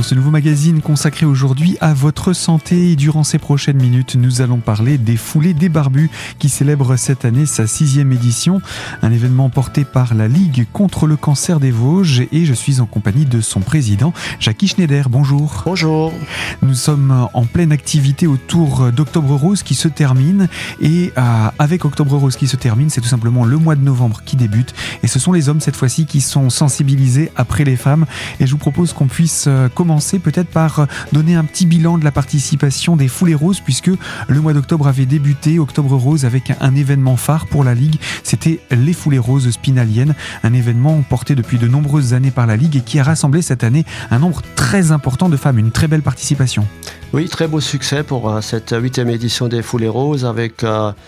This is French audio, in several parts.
ce nouveau magazine consacré aujourd'hui à votre santé. Et durant ces prochaines minutes, nous allons parler des Foulées des Barbus qui célèbrent cette année sa 6e édition. Un événement porté par la Ligue contre le cancer des Vosges et je suis en compagnie de son président, Jackie Schneider. Bonjour. Bonjour. Nous sommes en pleine activité autour d'Octobre Rose qui se termine et avec Octobre Rose qui se termine, c'est tout simplement le mois de novembre qui débute et ce sont les hommes cette fois-ci qui sont sensibilisés après les femmes. Et je vous propose qu'on puisse commencer peut-être par donner un petit bilan de la participation des Foulées Roses puisque le mois d'octobre avait débuté, Octobre Rose, avec un événement phare pour la Ligue, c'était les Foulées Roses spinaliennes, un événement porté depuis de nombreuses années par la Ligue et qui a rassemblé cette année un nombre très important de femmes, une très belle participation. Oui, très beau succès pour cette 8e édition des Foulées Roses avec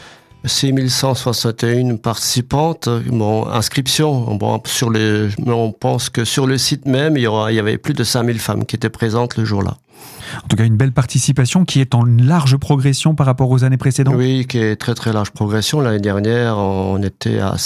6161 participantes, inscriptions. On pense que sur le site même, il y avait plus de 5000 femmes qui étaient présentes le jour-là. En tout cas, une belle participation qui est en large progression par rapport aux années précédentes. Oui, qui est très très large progression. L'année dernière, on était à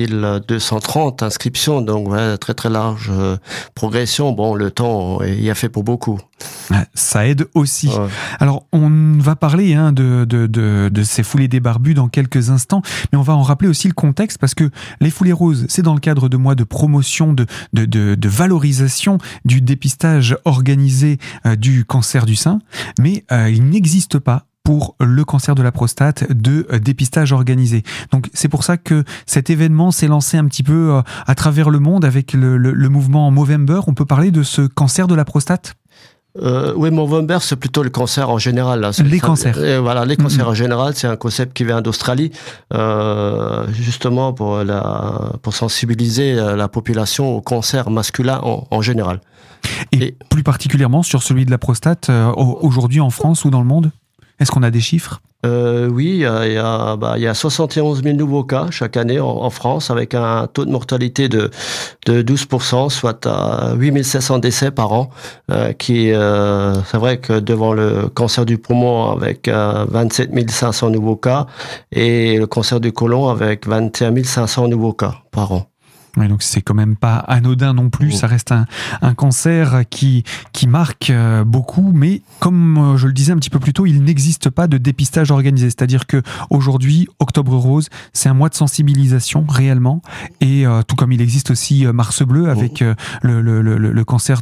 5230 inscriptions, donc ouais, très très large progression. Bon, le temps y a fait pour beaucoup. Ça aide aussi. Ouais. Alors, on va parler de ces Foulées des Barbus dans quelques instants, mais on va en rappeler aussi le contexte parce que les Foulées Roses, c'est dans le cadre de mois de promotion, de valorisation du dépistage organisé du cancer du sein, mais il n'existe pas pour le cancer de la prostate de dépistage organisé. Donc c'est pour ça que cet événement s'est lancé un petit peu à travers le monde avec le mouvement Movember. On peut parler de ce cancer de la prostate ? Oui, Movember, c'est plutôt le cancer en général. Là. Les cancers. Voilà, les cancers en général, c'est un concept qui vient d'Australie, justement pour sensibiliser la population au cancer masculin en général. Et plus particulièrement sur celui de la prostate, aujourd'hui en France ou dans le monde ? Est-ce qu'on a des chiffres ? Oui, il y a 71 000 nouveaux cas chaque année en France, avec un taux de mortalité de 12%, soit à 8 700 décès par an, c'est vrai que devant le cancer du poumon avec 27 500 nouveaux cas, et le cancer du côlon avec 21 500 nouveaux cas par an. Ouais, donc c'est quand même pas anodin non plus, ça reste un cancer qui marque beaucoup, mais comme je le disais un petit peu plus tôt, il n'existe pas de dépistage organisé, c'est-à-dire que aujourd'hui, Octobre Rose, c'est un mois de sensibilisation réellement, et tout comme il existe aussi Mars Bleu avec le cancer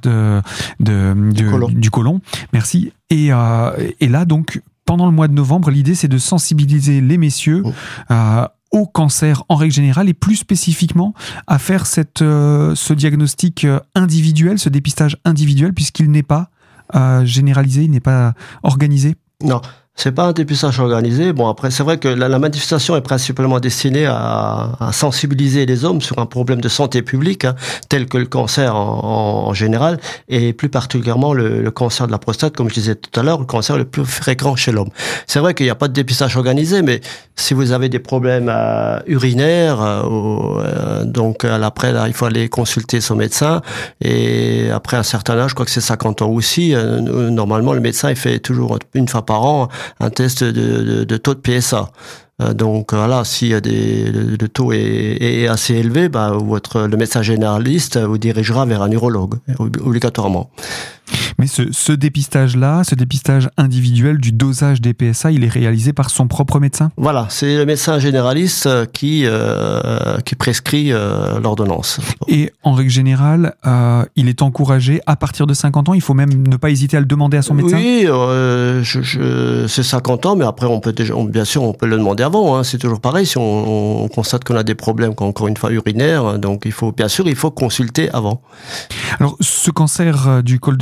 du côlon. Merci. Et là donc, pendant le mois de novembre, l'idée c'est de sensibiliser les messieurs au cancer en règle générale et plus spécifiquement à faire ce diagnostic individuel, ce dépistage individuel puisqu'il n'est pas généralisé, il n'est pas organisé. Non, c'est pas un dépistage organisé. Bon, après, c'est vrai que la manifestation est principalement destinée à sensibiliser les hommes sur un problème de santé publique, tel que le cancer en général, et plus particulièrement le cancer de la prostate, comme je disais tout à l'heure, le cancer le plus fréquent chez l'homme. C'est vrai qu'il n'y a pas de dépistage organisé, mais si vous avez des problèmes urinaires, donc après, là, il faut aller consulter son médecin, et après un certain âge, je crois que c'est 50 ans aussi, normalement, le médecin, il fait toujours une fois par an un test de taux de PSA. Donc voilà, si le taux est assez élevé, le médecin généraliste vous dirigera vers un urologue, obligatoirement. Mais ce dépistage-là, ce dépistage individuel du dosage des PSA, il est réalisé par son propre médecin ? Voilà, c'est le médecin généraliste qui prescrit l'ordonnance. Et en règle générale, il est encouragé à partir de 50 ans, il faut même ne pas hésiter à le demander à son médecin ? Oui, c'est 50 ans, mais après bien sûr on peut le demander avant, c'est toujours pareil, si on constate qu'on a des problèmes, encore une fois urinaires, donc il faut consulter avant. Alors ce cancer du col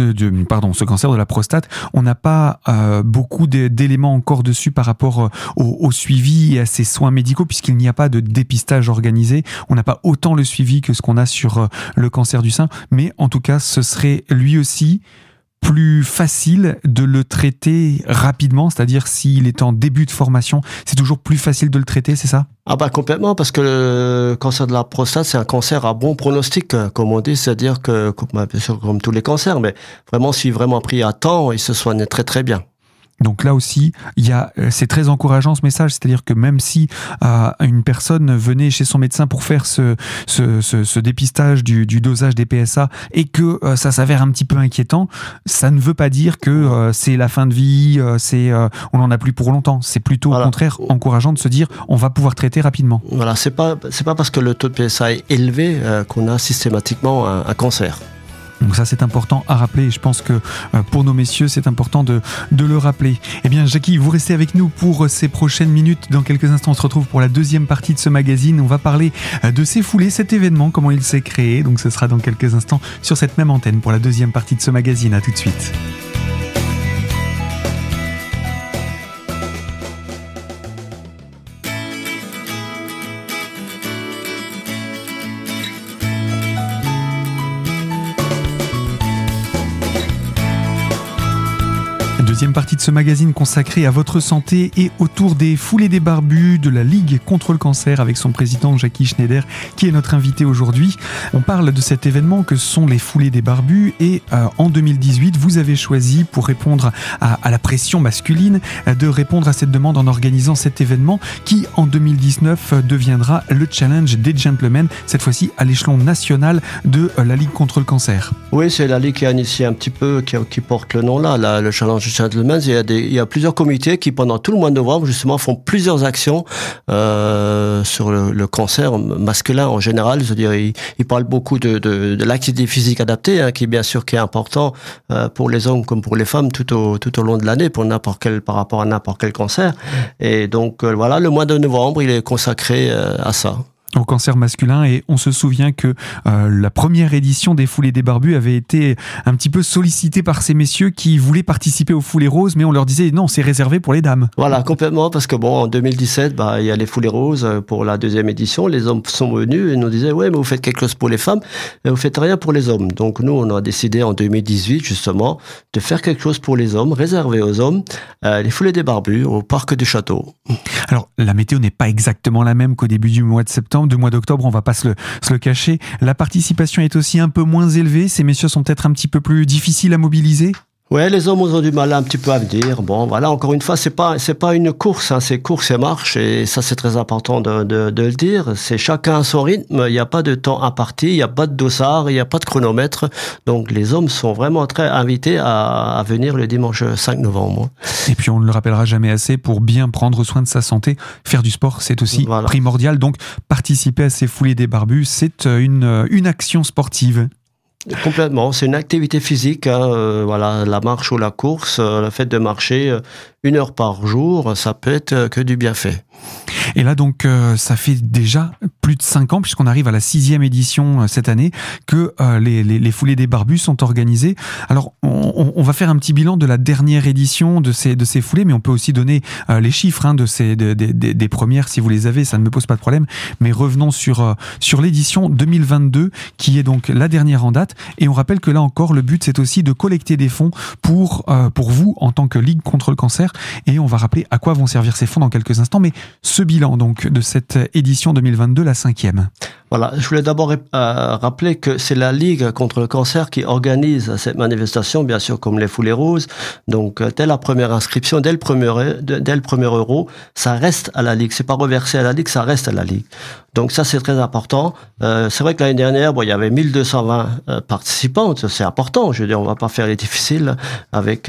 ce cancer de la prostate, on n'a pas beaucoup d'éléments encore dessus par rapport au suivi et à ses soins médicaux puisqu'il n'y a pas de dépistage organisé. On n'a pas autant le suivi que ce qu'on a sur le cancer du sein, mais en tout cas, ce serait lui aussi plus facile de le traiter rapidement, c'est-à-dire s'il est en début de formation, c'est toujours plus facile de le traiter, c'est ça ? Complètement, parce que le cancer de la prostate, c'est un cancer à bon pronostic, comme on dit, c'est-à-dire que, bien sûr, comme tous les cancers, mais vraiment, si vraiment pris à temps, il se soigne très très bien. Donc là aussi, c'est très encourageant ce message, c'est-à-dire que même si une personne venait chez son médecin pour faire ce dépistage du dosage des PSA et que ça s'avère un petit peu inquiétant, ça ne veut pas dire que c'est la fin de vie, on n'en a plus pour longtemps. C'est plutôt au contraire encourageant de se dire on va pouvoir traiter rapidement. Voilà, c'est pas parce que le taux de PSA est élevé qu'on a systématiquement un cancer. Donc ça, c'est important à rappeler. Je pense que pour nos messieurs, c'est important de le rappeler. Eh bien, Jackie, vous restez avec nous pour ces prochaines minutes. Dans quelques instants, on se retrouve pour la deuxième partie de ce magazine. On va parler de ces foulées, cet événement, comment il s'est créé. Donc ce sera dans quelques instants sur cette même antenne pour la deuxième partie de ce magazine. À tout de suite. Deuxième partie de ce magazine consacrée à votre santé et autour des foulées des barbus de la Ligue contre le cancer avec son président Jackie Schneider qui est notre invité aujourd'hui. On parle de cet événement que sont les foulées des barbus et en 2018 vous avez choisi pour répondre à la pression masculine de répondre à cette demande en organisant cet événement qui en 2019 deviendra le challenge des gentlemen, cette fois-ci à l'échelon national de la Ligue contre le cancer. Oui, c'est la Ligue qui a initié un petit peu, qui porte le nom là, le challenge gentlemen. Il y a plusieurs comités qui, pendant tout le mois de novembre, justement, font plusieurs actions sur le cancer masculin en général. Je veux dire, ils parlent beaucoup de l'activité physique adaptée, qui bien sûr qui est important pour les hommes comme pour les femmes tout au long de l'année par rapport à n'importe quel cancer. Et donc voilà, le mois de novembre, il est consacré à ça. Au cancer masculin, et on se souvient que la première édition des foulées des barbus avait été un petit peu sollicitée par ces messieurs qui voulaient participer aux foulées roses, mais on leur disait non, c'est réservé pour les dames. Voilà, complètement, parce que en 2017, il y a les foulées roses pour la deuxième édition, les hommes sont venus et nous disaient ouais, mais vous faites quelque chose pour les femmes, mais vous faites rien pour les hommes. Donc nous, on a décidé en 2018 justement de faire quelque chose pour les hommes, réservé aux hommes, les foulées des barbus au parc du Château. Alors la météo n'est pas exactement la même qu'au début du mois de septembre. Du mois d'octobre, on va pas se le cacher. La participation est aussi un peu moins élevée. Ces messieurs sont peut-être un petit peu plus difficiles à mobiliser. Ouais, les hommes ont du mal un petit peu à venir. Bon, voilà, encore une fois, c'est pas une course, c'est course et marche, et ça c'est très important de le dire. C'est chacun à son rythme. Il n'y a pas de temps imparti, il n'y a pas de dossard, il n'y a pas de chronomètre. Donc les hommes sont vraiment très invités à venir le dimanche 5 novembre. Et puis on ne le rappellera jamais assez, pour bien prendre soin de sa santé, faire du sport, c'est aussi primordial. Donc participer à ces foulées des barbus, c'est une action sportive. Complètement, c'est une activité physique, la marche ou la course, le fait de marcher 1 heure par jour, ça peut être que du bienfait. Et là donc ça fait déjà plus de 5 ans, puisqu'on arrive à la 6e édition cette année, que les foulées des barbus sont organisées. Alors on va faire un petit bilan de la dernière édition de ces foulées, mais on peut aussi donner les chiffres des premières si vous les avez, ça ne me pose pas de problème. Mais revenons sur l'édition 2022 qui est donc la dernière en date, et on rappelle que là encore le but c'est aussi de collecter des fonds pour vous en tant que Ligue contre le cancer, et on va rappeler à quoi vont servir ces fonds dans quelques instants. Mais ce bilan donc de cette édition 2022, la 5e. Voilà, je voulais d'abord rappeler que c'est la Ligue contre le cancer qui organise cette manifestation, bien sûr comme les foulées roses. Donc dès la première inscription, dès le premier euro, ça reste à la Ligue. C'est pas reversé à la Ligue, ça reste à la Ligue. Donc ça c'est très important. C'est vrai que l'année dernière, il y avait 1220 participants, c'est important. Je veux dire, on va pas faire les difficiles avec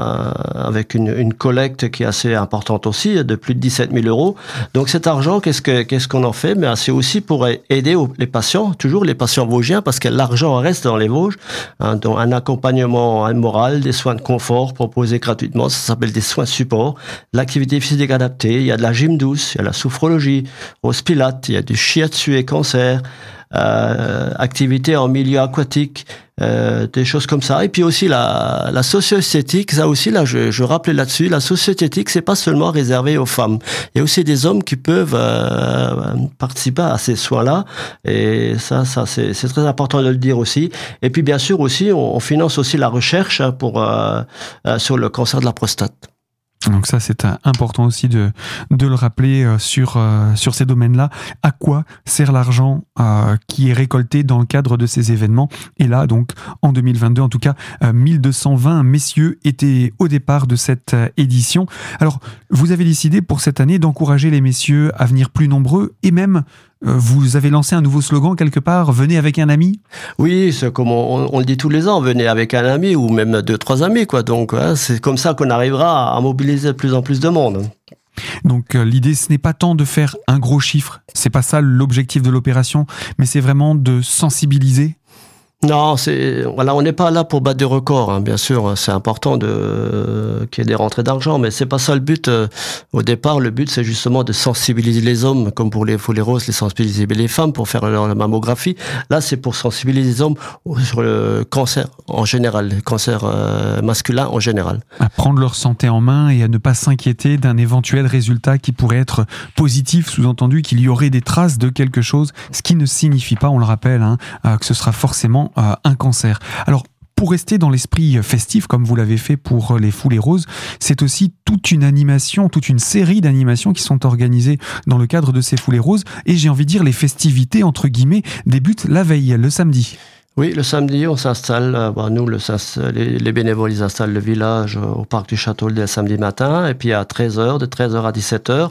une collecte qui est assez importante aussi, de plus de 17 000 euros. Donc cet argent, qu'est-ce qu'on en fait? Mais c'est aussi pour aider les patients, toujours les patients vosgiens, parce que l'argent reste dans les Vosges, dont un accompagnement moral, des soins de confort proposés gratuitement, ça s'appelle des soins support, l'activité physique adaptée, il y a de la gym douce, il y a la sophrologie, rose pilates, il y a du shiatsu et cancer, activité en milieu aquatique, des choses comme ça. Et puis aussi la socio-esthétique, ça aussi là je rappelais là-dessus, la socio-esthétique c'est pas seulement réservé aux femmes. Il y a aussi des hommes qui peuvent participer à ces soins-là, et ça c'est très important de le dire aussi. Et puis bien sûr aussi on finance aussi la recherche sur le cancer de la prostate. Donc ça, c'est important aussi de le rappeler sur ces domaines-là. À quoi sert l'argent qui est récolté dans le cadre de ces événements? Et là, donc, en 2022, en tout cas, 1220 messieurs étaient au départ de cette édition. Alors, vous avez décidé pour cette année d'encourager les messieurs à venir plus nombreux et même vous avez lancé un nouveau slogan quelque part, venez avec un ami? Oui, c'est comme on le dit tous les ans, venez avec un ami ou même 2-3 amis, quoi. Donc, c'est comme ça qu'on arrivera à mobiliser de plus en plus de monde. Donc l'idée, ce n'est pas tant de faire un gros chiffre, c'est pas ça l'objectif de l'opération, mais c'est vraiment de sensibiliser. Non, on n'est pas là pour battre des records, hein, bien sûr. C'est important qu'il y ait des rentrées d'argent, mais c'est pas ça le but. Au départ, le but, c'est justement de sensibiliser les hommes, comme pour les foulées roses, les sensibiliser les femmes pour faire leur mammographie. Là, c'est pour sensibiliser les hommes sur le cancer en général, le cancer masculin en général. À prendre leur santé en main et à ne pas s'inquiéter d'un éventuel résultat qui pourrait être positif, sous-entendu qu'il y aurait des traces de quelque chose, ce qui ne signifie pas, on le rappelle, que ce sera forcément un cancer. Alors, pour rester dans l'esprit festif, comme vous l'avez fait pour les Foulées Roses, c'est aussi toute une série d'animations qui sont organisées dans le cadre de ces Foulées Roses. Et j'ai envie de dire, les festivités, entre guillemets, débutent la veille, le samedi. Oui, le samedi, on s'installe. Nous, les bénévoles, ils installent le village au parc du Château le samedi matin. Et puis à 13h, de 13h à 17h,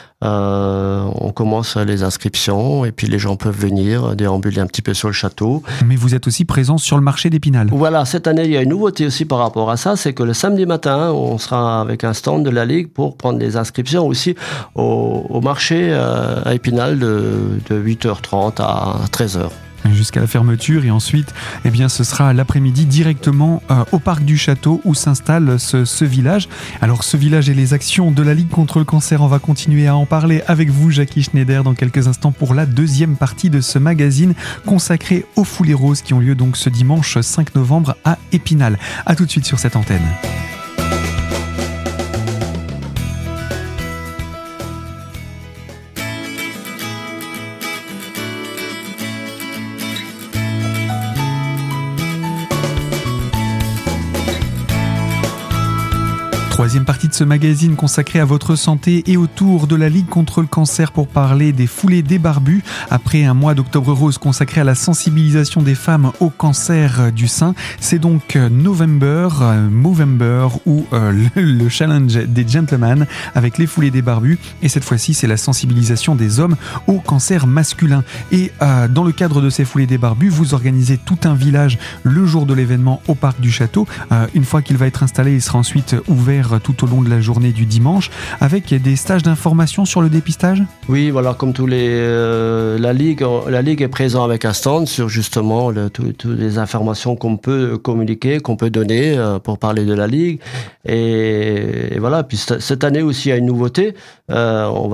on commence les inscriptions et puis les gens peuvent venir déambuler un petit peu sur le château. Mais vous êtes aussi présent sur le marché d'Épinal. Voilà, cette année il y a une nouveauté aussi par rapport à ça, c'est que le samedi matin on sera avec un stand de la Ligue pour prendre les inscriptions aussi au marché à Épinal de 8h30 à 13h. Jusqu'à la fermeture et ensuite ce sera l'après-midi directement au parc du château où s'installe ce village. Alors ce village et les actions de la Ligue contre le cancer, on va continuer à en parler avec vous Jackie Schneider dans quelques instants pour la deuxième partie de ce magazine consacré aux Foulées Roses qui ont lieu donc ce dimanche 5 novembre à Épinal. A tout de suite sur cette antenne. Troisième partie de ce magazine consacré à votre santé et autour de la Ligue contre le cancer pour parler des foulées des barbus. Après un mois d'Octobre Rose consacré à la sensibilisation des femmes au cancer du sein, c'est donc Movember ou le challenge des gentlemen avec les foulées des barbus. Et cette fois-ci, c'est la sensibilisation des hommes au cancer masculin. Et dans le cadre de ces foulées des barbus, vous organisez tout un village le jour de l'événement au parc du château. Une fois qu'il va être installé, il sera ensuite ouvert tout au long de la journée du dimanche avec des stages d'information sur le dépistage. Oui, voilà, comme tous la Ligue est présente avec un stand sur justement toutes les informations qu'on peut communiquer, qu'on peut donner pour parler de la Ligue. Et voilà, puis cette année aussi il y a une nouveauté. On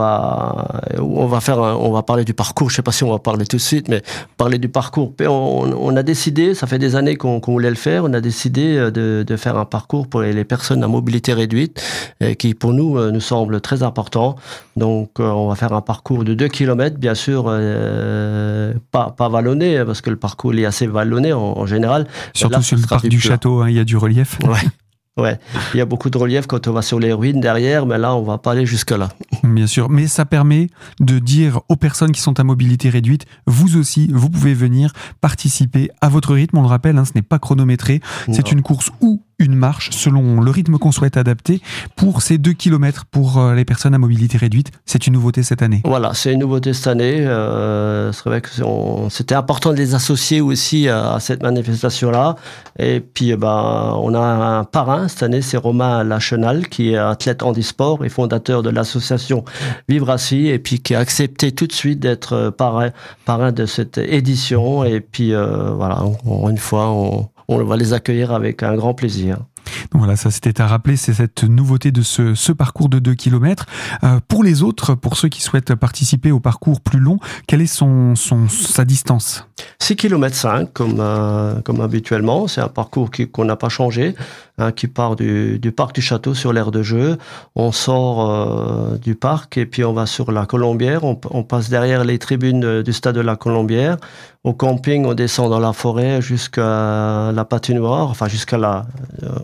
va parler du parcours. Je sais pas si on va parler tout de suite, mais parler du parcours. On a décidé, ça fait des années qu'on voulait le faire. On a décidé de faire un parcours pour les personnes à mobilité réduite, qui pour nous semble très important. Donc on va faire un parcours de 2 km, bien sûr, pas vallonné, parce que le parcours est assez vallonné en général. Surtout là, sur le parc du château, il y a du relief. Ouais, il y a beaucoup de relief quand on va sur les ruines derrière, mais là, on va pas aller jusque-là. Bien sûr, mais ça permet de dire aux personnes qui sont à mobilité réduite, vous aussi, vous pouvez venir participer à votre rythme. On le rappelle, ce n'est pas chronométré, c'est une course ou une marche selon le rythme qu'on souhaite adapter pour ces 2 km pour les personnes à mobilité réduite. C'est une nouveauté cette année. Voilà, c'est une nouveauté cette année. C'est vrai que c'était important de les associer aussi à cette manifestation-là. Et puis, on a un parrain cette année, c'est Romain Lachenal, qui est athlète handisport et fondateur de l'association Vivre Assis, et puis qui a accepté tout de suite d'être parrain de cette édition. Et puis, voilà, une fois, on va les accueillir avec un grand plaisir. Donc voilà, ça c'était à rappeler, c'est cette nouveauté de ce parcours de 2 km. Pour les autres, pour ceux qui souhaitent participer au parcours plus long, quelle est sa distance ? 6 km 5 comme habituellement. C'est un parcours qu'on n'a pas changé, qui part du parc du château sur l'aire de jeu. On sort du parc et puis on va sur la Colombière. On passe derrière les tribunes du stade de la Colombière. Au camping, on descend dans la forêt jusqu'à la patinoire, enfin jusqu'à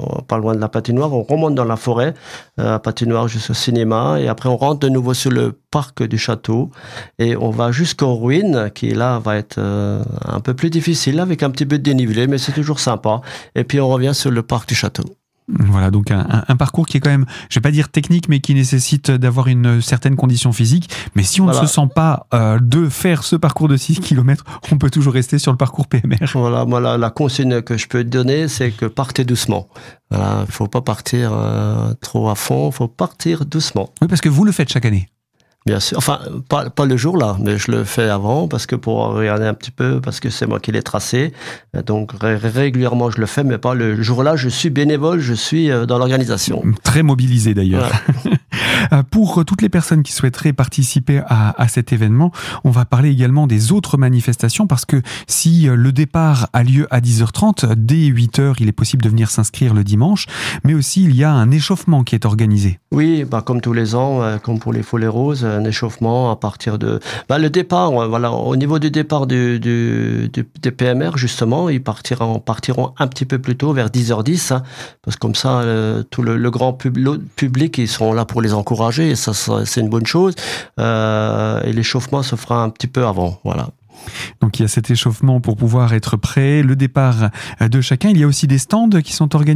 pas loin de la patinoire, on remonte dans la forêt, patinoire jusqu'au cinéma, et après on rentre de nouveau sur le parc du château, et on va jusqu'aux ruines, qui là va être un peu plus difficile, avec un petit peu de dénivelé, mais c'est toujours sympa. Et puis on revient sur le parc du château. Voilà, donc un parcours qui est quand même, je vais pas dire technique, mais qui nécessite d'avoir une certaine condition physique. Mais si on ne se sent pas de faire ce parcours de 6 km, on peut toujours rester sur le parcours PMR. Voilà, moi, la consigne que je peux te donner, c'est que partez doucement. Voilà, il faut pas partir trop à fond, il faut partir doucement. Oui, parce que vous le faites chaque année. Bien sûr, enfin, pas le jour-là, mais je le fais avant, parce que pour regarder un petit peu, parce que c'est moi qui l'ai tracé. Donc, régulièrement, je le fais, mais pas le jour-là. Je suis bénévole, je suis dans l'organisation. Très mobilisé, d'ailleurs. Ouais. Pour toutes les personnes qui souhaiteraient participer à cet événement, on va parler également des autres manifestations, parce que si le départ a lieu à 10h30, dès 8h, il est possible de venir s'inscrire le dimanche, mais aussi il y a un échauffement qui est organisé. Oui, comme tous les ans, comme pour les Foulées Roses, un échauffement à partir de... le départ, voilà, au niveau du départ des PMR, justement, ils partiront un petit peu plus tôt, vers 10h10, hein, parce que comme ça, tout le grand public, ils seront là pour les encourager, et ça c'est une bonne chose. Et l'échauffement se fera un petit peu avant, voilà. Donc il y a cet échauffement pour pouvoir être prêt, le départ de chacun. Il y a aussi des stands qui sont organisés ?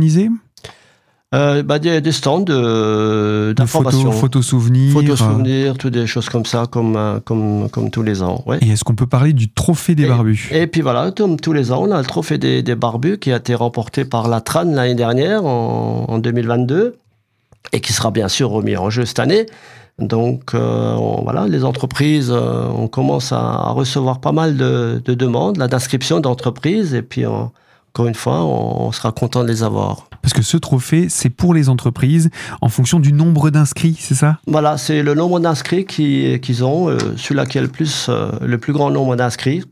Des stands d'information. Photos souvenirs. Toutes des choses comme ça, comme tous les ans. Ouais. Et est-ce qu'on peut parler du trophée des barbus ? Et puis voilà, comme tous les ans, on a le trophée des barbus qui a été remporté par la TRAN l'année dernière, en 2022, et qui sera bien sûr remis en jeu cette année. Donc voilà, les entreprises, on commence à recevoir pas mal de demandes, d'inscriptions d'entreprises, et puis encore une fois, on sera content de les avoir. Parce que ce trophée, c'est pour les entreprises en fonction du nombre d'inscrits, c'est ça ? Voilà, c'est le nombre d'inscrits qu'ils ont, celui-là qui a le plus grand nombre d'inscrits.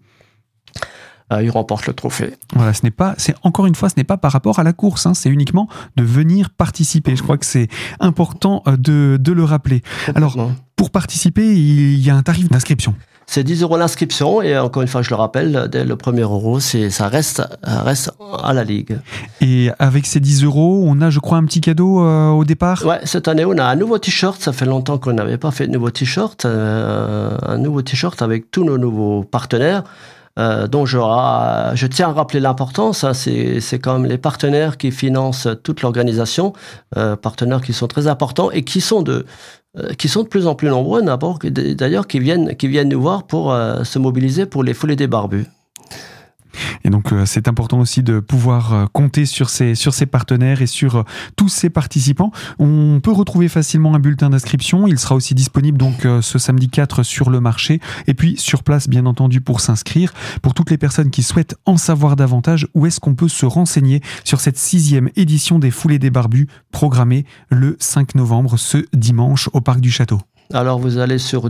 Il remporte le trophée. Voilà, encore une fois, ce n'est pas par rapport à la course, hein, c'est uniquement de venir participer. Je crois que c'est important de le rappeler. Alors, pour participer, il y a un tarif d'inscription. C'est 10 € l'inscription, et encore une fois, je le rappelle, dès le premier euro, ça reste à la Ligue. Et avec ces 10 €, on a, je crois, un petit cadeau au départ ? Ouais, cette année, on a un nouveau t-shirt. Ça fait longtemps qu'on n'avait pas fait de nouveau t-shirt. Un nouveau t-shirt avec tous nos nouveaux partenaires. dont je tiens à rappeler l'importance, hein, c'est quand même les partenaires qui financent toute l'organisation, partenaires qui sont très importants et qui sont de plus en plus nombreux, d'ailleurs, qui viennent nous voir pour se mobiliser pour les Foulées des Barbus. Et donc c'est important aussi de pouvoir compter sur ces partenaires et sur tous ces participants. On peut retrouver facilement un bulletin d'inscription. Il sera aussi disponible donc ce samedi 4 sur le marché et puis sur place bien entendu pour s'inscrire. Pour toutes les personnes qui souhaitent en savoir davantage, où est-ce qu'on peut se renseigner sur cette 6e édition des Foulées des Barbus programmée le 5 novembre, ce dimanche au Parc du Château? Alors vous allez sur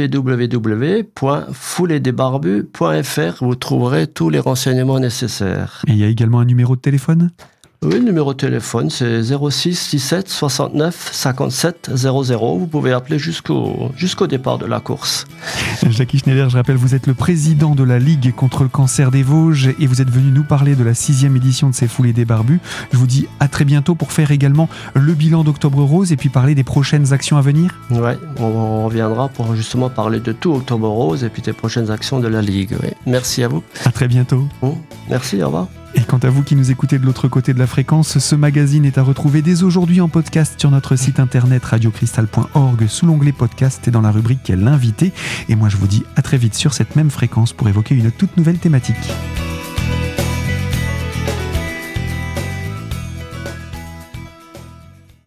www.fouledesbarbus.fr, vous trouverez tous les renseignements nécessaires. Et il y a également un numéro de téléphone ? Oui, le numéro de téléphone, c'est 06 17 69 57 00. Vous pouvez appeler jusqu'au départ de la course. Jackie Schneider, je rappelle, vous êtes le président de la Ligue contre le cancer des Vosges et vous êtes venu nous parler de la 6e édition de ces Foulées des Barbus. Je vous dis à très bientôt pour faire également le bilan d'Octobre Rose et puis parler des prochaines actions à venir. Oui, on reviendra pour justement parler de tout Octobre Rose et puis des prochaines actions de la Ligue. Oui. Merci à vous. À très bientôt. Merci, au revoir. Et quant à vous qui nous écoutez de l'autre côté de la fréquence, ce magazine est à retrouver dès aujourd'hui en podcast sur notre site internet radiocristal.org sous l'onglet podcast et dans la rubrique L'invité. Et moi je vous dis à très vite sur cette même fréquence pour évoquer une toute nouvelle thématique.